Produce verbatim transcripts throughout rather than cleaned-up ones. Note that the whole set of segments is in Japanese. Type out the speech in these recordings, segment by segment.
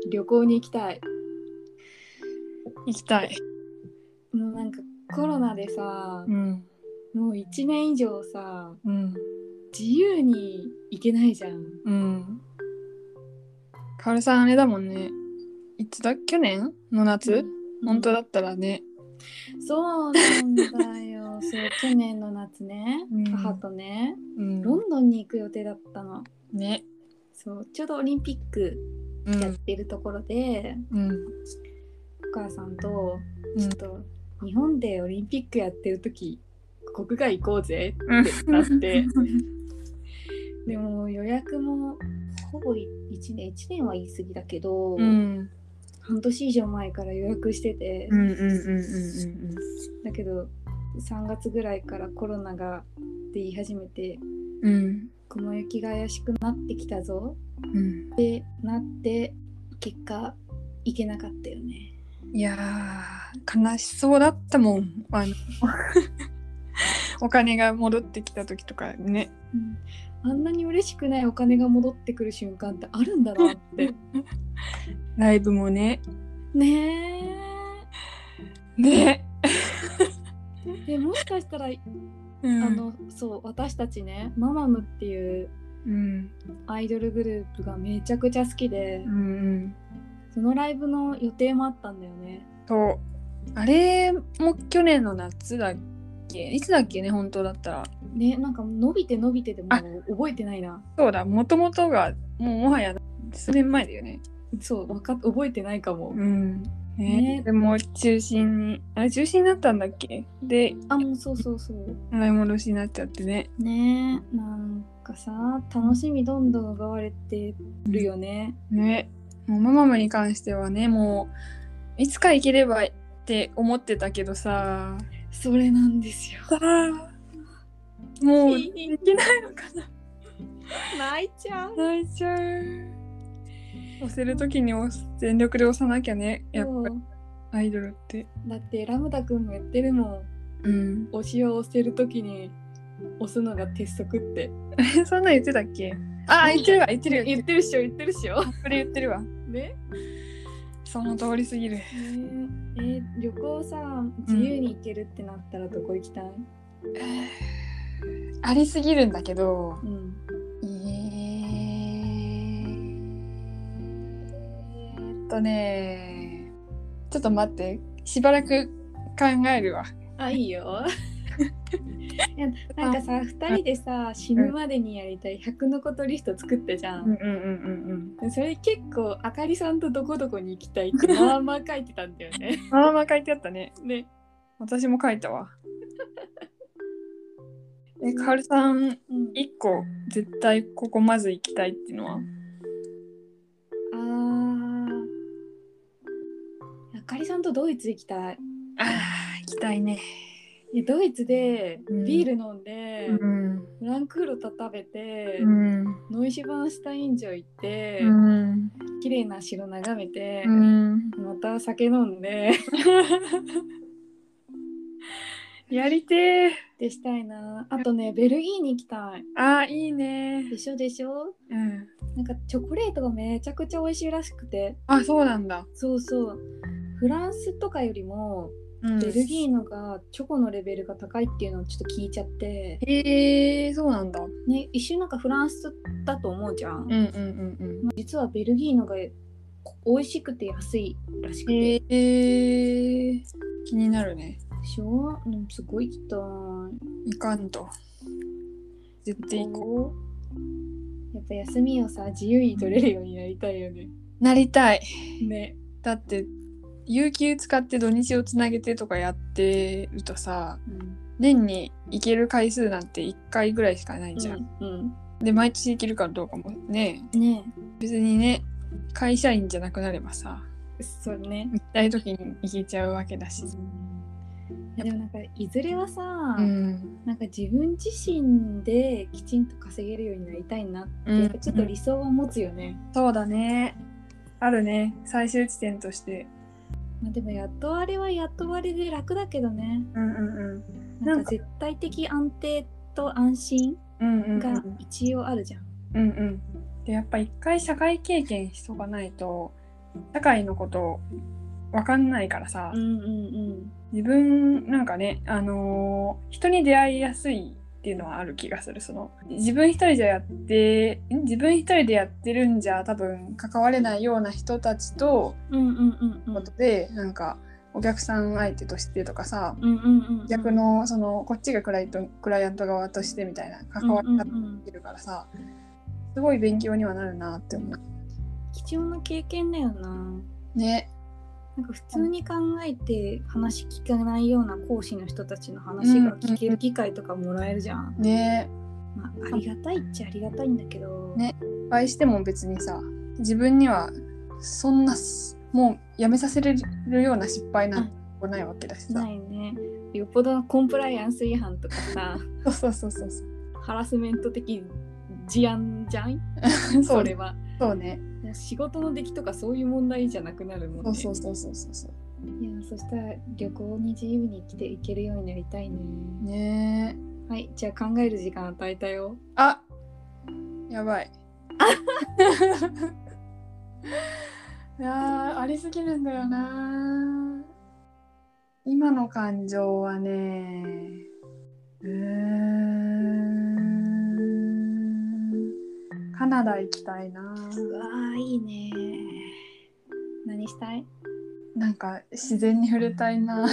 旅行に行きたい。 行きたい。 もうなんかコロナでさ、 うん。 もういちねん以上さ、 うん。 自由に行けないじゃん。 うん。かおるさんあれだもんね。いつだ去年の夏、うん、本当だったらね。 そうなんだよ。そう去年の夏ね、うん、母とね、うん、ロンドンに行く予定だったの。 ね。 そうちょうどオリンピックやってるところで、うん、お母さんとちょっと日本でオリンピックやってる時国外行こうぜってなってでも予約もほぼいちねんいちねんは言い過ぎだけど、うん、半年以上前から予約してて、うんうんうんうんうん、だけどさんがつぐらいからコロナがって言い始めて、うん、雲行きが怪しくなってきたぞ、うん、ってなって結果行けなかったよね。 いやー悲しそうだったもんあのお金が戻ってきた時とかね、 うん、あんなに嬉しくないお金が戻ってくる瞬間ってあるんだなってライブもねねえねえもしかしたら、うん、あのそう私たちねママムっていうアイドルグループがめちゃくちゃ好きで、うん、そのライブの予定もあったんだよね。 そうあれも去年の夏だっけいつだっけね本当だったらねなんか伸びて伸びてでも覚えてないな。 そうだもともとがもうもはや数年前だよね。 そうわか覚えてないかも、 うんね、でも中心にあれ中止になったんだっけであもうそうそうそう払い戻しになっちゃってねねなんかさ楽しみどんどん奪われてるよね、 うん、ねもうマママに関してはねもういつか行ければって思ってたけどさそれなんですよさあもう行けないのかな泣いちゃう泣いちゃう押せるときに全力で押さなきゃねやっぱりアイドルってだってラムダくんも言ってるもん、うん、推しを押せるときに押すのが鉄則ってそんなん言ってたっけあ言ってるわ言ってるよ言ってるっしょ言ってるっしょこれ言ってるわねその通りすぎる、 えーえー、旅行さ自由に行けるってなったらどこ行きたい、うんえー、ありすぎるんだけど、うんとねちょっと待ってしばらく考えるわ。 あいいよいやなんかさふたりでさ死ぬまでにやりたいひゃくのことリスト作ったじゃん、うんうんうんうん、それ結構あかりさんとどこどこに行きたいってまあまあ書いてたんだよねまあまあ書いてあったね。ね私も書いたわえかおるさん、うん、いっこ絶対ここまず行きたいっていうのはあかりさんとドイツ行きたい。 あー行きたいね。 ドイツでビール飲んで、うん、フランクフルト食べて、うん、ノイシュバンシュタイン城行って、うん、綺麗な城眺めて、うん、また酒飲んでやりてーでしたいな。あとねベルギーに行きたい。 あーいいねでしょでしょ、うん、なんかチョコレートがめちゃくちゃ美味しいらしくて。 あそうなんだ。 そうそうフランスとかよりも、うん、ベルギーのがチョコのレベルが高いっていうのをちょっと聞いちゃって。 へえー、そうなんだね。一瞬なんかフランスだと思うじゃん、うんうんうんうん、実はベルギーのが美味しくて安いらしくて。へえー、気になるね。 でしょ、うん、すごい行きたい。 行かんと絶対行こう。やっぱ休みをさ自由に取れるようになりたいよね。 なりたいね。 だって有給使って土日をつなげてとかやってるとさ、うん、年に行ける回数なんていっかいぐらいしかないじゃん、うんうん、で毎年行けるかどうかもねね別にね会社員じゃなくなればさそうね行きたい時に行けちゃうわけだし、 うん、でもなんかいずれはさ、うん、なんか自分自身できちんと稼げるようになりたいなって、うん、やっぱちょっと理想は持つよね、 うん、そうだねあるね最終地点としてまあ、でも雇われは雇われで楽だけどね、うんうんうん、なんか絶対的安定と安心が一応あるじゃん、 うんうん、でやっぱ一回社会経験しとかないと社会のこと分かんないからさ、 うんうんうん、 自分なんかね、あのー、人に出会いやすいっていうのはある気がする。その自分一人じゃやって自分一人でやってるんじゃ多分関われないような人たちと、 うんうんうんうん、 ことでなんかお客さん相手としてとかさ、 うんうんうんうん、 逆のそのこっちがクライトクライアント側としてみたいな関わり方できるからさ、うんうんうん、すごい勉強にはなるなって思う。 貴重な経験だよな。 ね。 なんか普通に考えて話聞かないような講師の人たちの話が聞ける機会とかもらえるじゃん。 うんうん、ね。 まあ、ありがたいっちゃありがたいんだけど。 ね。失敗しても別にさ、自分にはそんなもうやめさせれるような失敗なんてないわけだしさ。 ないね。よっぽどコンプライアンス違反とかさ、 そうそうそうそうそう。 ハラスメント的事案じゃんそれは。 そうね。 仕事の出来とかそういう問題じゃなくなるもんね。 そうそうそうそうそう。 いや、そしたら旅行に自由に来て行けるようになりたいね。 ねえ。はい、じゃあ考える時間与えたよ。 あ、やばい。いやありすぎるんだよな。今の感情はね、うーん、カナダ行きたいな。 うわー、いいね。何したい？ なんか自然に触れたいな。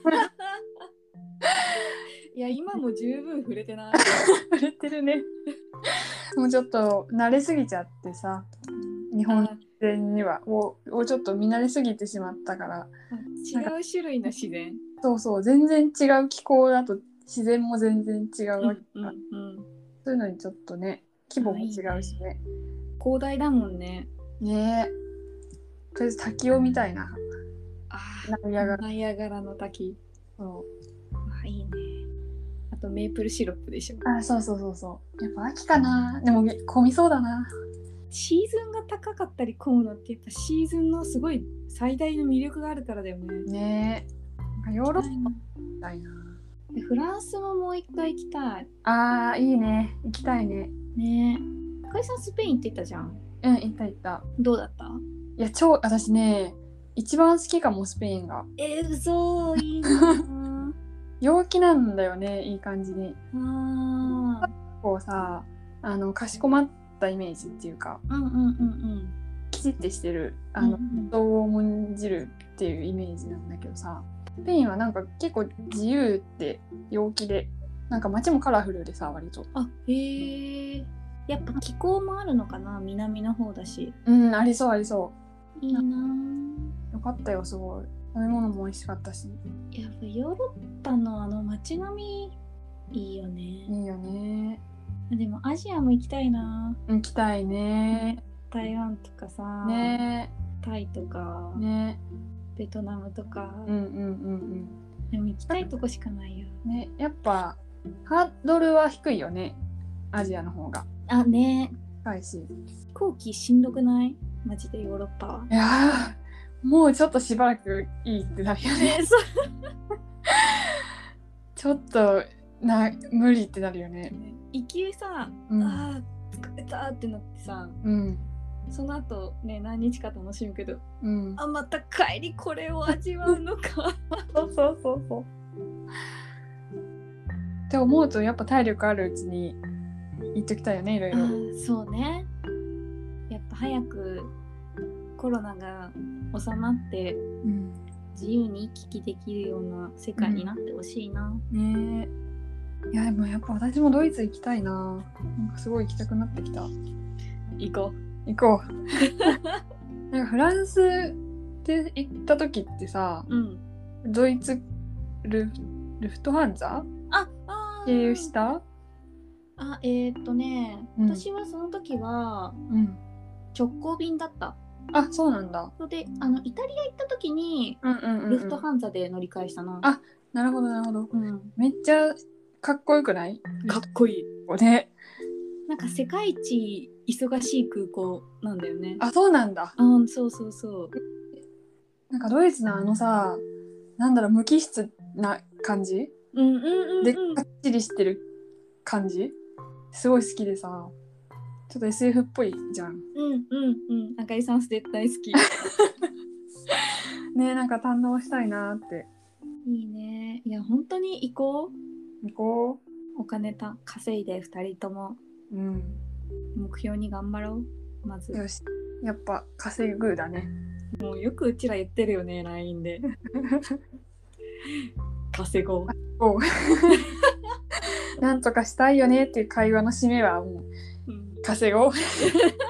いや、今も十分触れてない。 触れてるね。もうちょっと慣れすぎちゃってさ、日本にはををちょっと見慣れすぎてしまったから、 違う種類の自然。 そうそう、全然違う気候だと自然も全然違うわけだ、うんうんうん、そういうのにちょっとね、規模も違うしね。 広大だもんね。 ねえ。とりあえず滝を見たいな。 あナイアガラ。ナイアガラの滝。そう。あ、いいね。あとメープルシロップでしょ。 あ、そうそうそうそう。やっぱ秋かな。でも混みそうだな。 シーズンが高かったり混むのってやっぱシーズンのすごい最大の魅力があるからだよね。 ねえ。ヨーロッパ行きたいな。 フランスももう一回行きたい。 あー、いいね。行きたいね。 ねえ。かいさんスペインって言ったじゃん。 うん、行った行った。 どうだった？ いや、超、私ね、一番好きかも、スペインが。 えー、嘘、いいな。 陽気なんだよね、いい感じに。 ああ。 こうさ、あの、かしこまったイメージっていうか、 うんうんうんうん。 きちってしてる、あの、人を重んじるっていうイメージなんだけどさ、スペインはなんか結構自由って陽気で、なんか街もカラフルでさ、割と。 あ、へえ。やっぱ気候もあるのかな、南の方だし。 うん、ありそうありそう。 いいな。 よかったよ、すごい。食べ物も美味しかったし。 やっぱヨーロッパのあの街並みいいよね。 いいよね。 でもアジアも行きたいな。 行きたいね。 台湾とかさ、 ね、 タイとか、 ね、 ベトナムとか。 うんうんうんうん。 でも行きたいとこしかないよ。 ね、やっぱハードルは低いよね。アジアの方が。 あ、ね。 高いし。 飛行機しんどくない？マジでヨーロッパは。 いやー、もうちょっとしばらくいいってなるよね。ちょっとな無理ってなるよね。 行きさ、うん、あー疲れたってなってさ、うん、その後ね何日か楽しむけど、うん、あまた帰りこれを味わうのか。 そうそうそうそう。って思うとやっぱ体力あるうちに行っときたいよね、いろいろ。 そうね。やっぱ早くコロナが収まって、うん、自由に行き来できるような世界になってほしいな、 うん、ねえ。いやでもやっぱ私もドイツ行きたいな。なんかすごい行きたくなってきた。 行こう行こう。なんかフランスで行った時ってさ、うん、ドイツ ル, ルフトハンザ経由した？ あ、えー、っとね、うん、私はその時は、うん、直行便だった。 あ、そうなんだ。 で、あのイタリア行った時に、うんうんうんうん、ルフトハンザで乗り換えしたな。 あ、なるほどなるほど、うん、めっちゃかっこよくない？ かっこいい。 ね、 なんか世界一忙しい空港なんだよね。 あ、そうなんだ。 あ、そうそうそう。 なんかドイツのあのさ、なんだろう、無機質な感じ、 うんうんうんうん、 でかっちりしてる感じすごい好きでさ。 ちょっと エスエフ っぽいじゃん。 うんうんうん。あかりさん絶対好き。 ね、なんか堪能したいなって。 いいね。いや本当に行こう。行こう。お金た稼いでふたりとも。 うん。 目標に頑張ろう。まず。 よし。やっぱ稼ぐだね。 もうよくうちら言ってるよね ライン で。稼ごう。おうなんとかしたいよねっていう会話の締めはもう、うん、稼ごう。